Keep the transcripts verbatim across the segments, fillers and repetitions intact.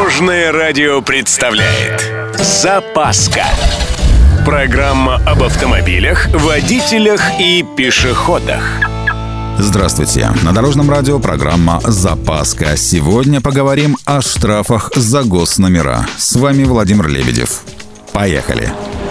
Дорожное радио представляет «Запаска». Программа об автомобилях, водителях и пешеходах. Здравствуйте. На Дорожном радио программа «Запаска». Сегодня поговорим о штрафах за госномера. С вами Владимир Лебедев. Поехали.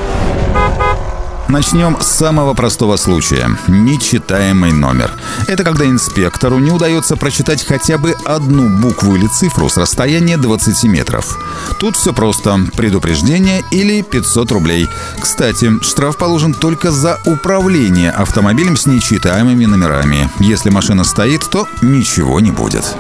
Начнем с самого простого случая – нечитаемый номер. Это когда инспектору не удается прочитать хотя бы одну букву или цифру с расстояния двадцати метров. Тут все просто – предупреждение или пятьсот рублей. Кстати, штраф положен только за управление автомобилем с нечитаемыми номерами. Если машина стоит, то ничего не будет.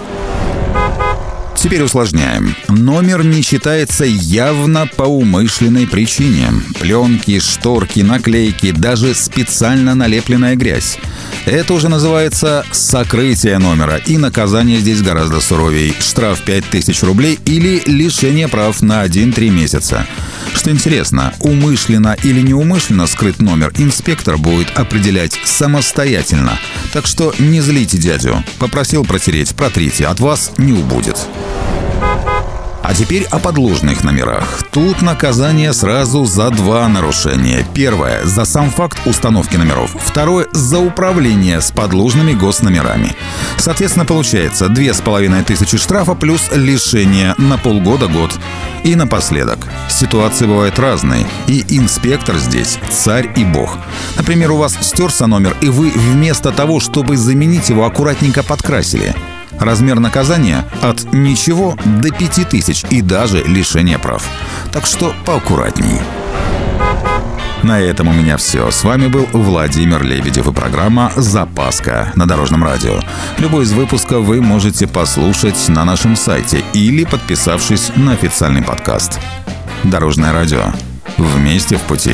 Теперь усложняем. Номер не читается явно по умышленной причине. Пленки, шторки, наклейки, даже специально налепленная грязь. Это уже называется сокрытие номера, и наказание здесь гораздо суровее. Штраф пять тысяч рублей или лишение прав на один-три месяца. Что интересно, умышленно или неумышленно скрыт номер инспектор будет определять самостоятельно. Так что не злите дядю. Попросил протереть, протрите, от вас не убудет. А теперь о подложных номерах. Тут наказание сразу за два нарушения. Первое – за сам факт установки номеров. Второе – за управление с подложными госномерами. Соответственно, получается две с половиной тысячи штрафа плюс лишение на полгода-год. И напоследок. Ситуации бывают разные. И инспектор здесь царь и бог. Например, у вас стерся номер, и вы вместо того, чтобы заменить его, аккуратненько подкрасили. Размер наказания от ничего до пяти тысяч и даже лишения прав. Так что поаккуратней. На этом у меня все. С вами был Владимир Лебедев и программа «Запаска» на Дорожном радио. Любой из выпусков вы можете послушать на нашем сайте или подписавшись на официальный подкаст. Дорожное радио. Вместе в пути.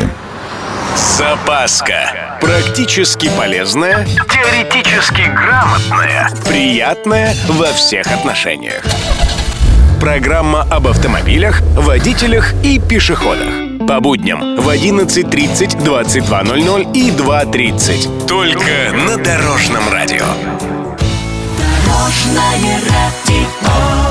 Запаска. Практически полезная, теоретически грамотная, приятная во всех отношениях. Программа об автомобилях, водителях и пешеходах. По будням в одиннадцать тридцать, двадцать два ноль ноль и два тридцать. Только на Дорожном радио. Дорожное радио.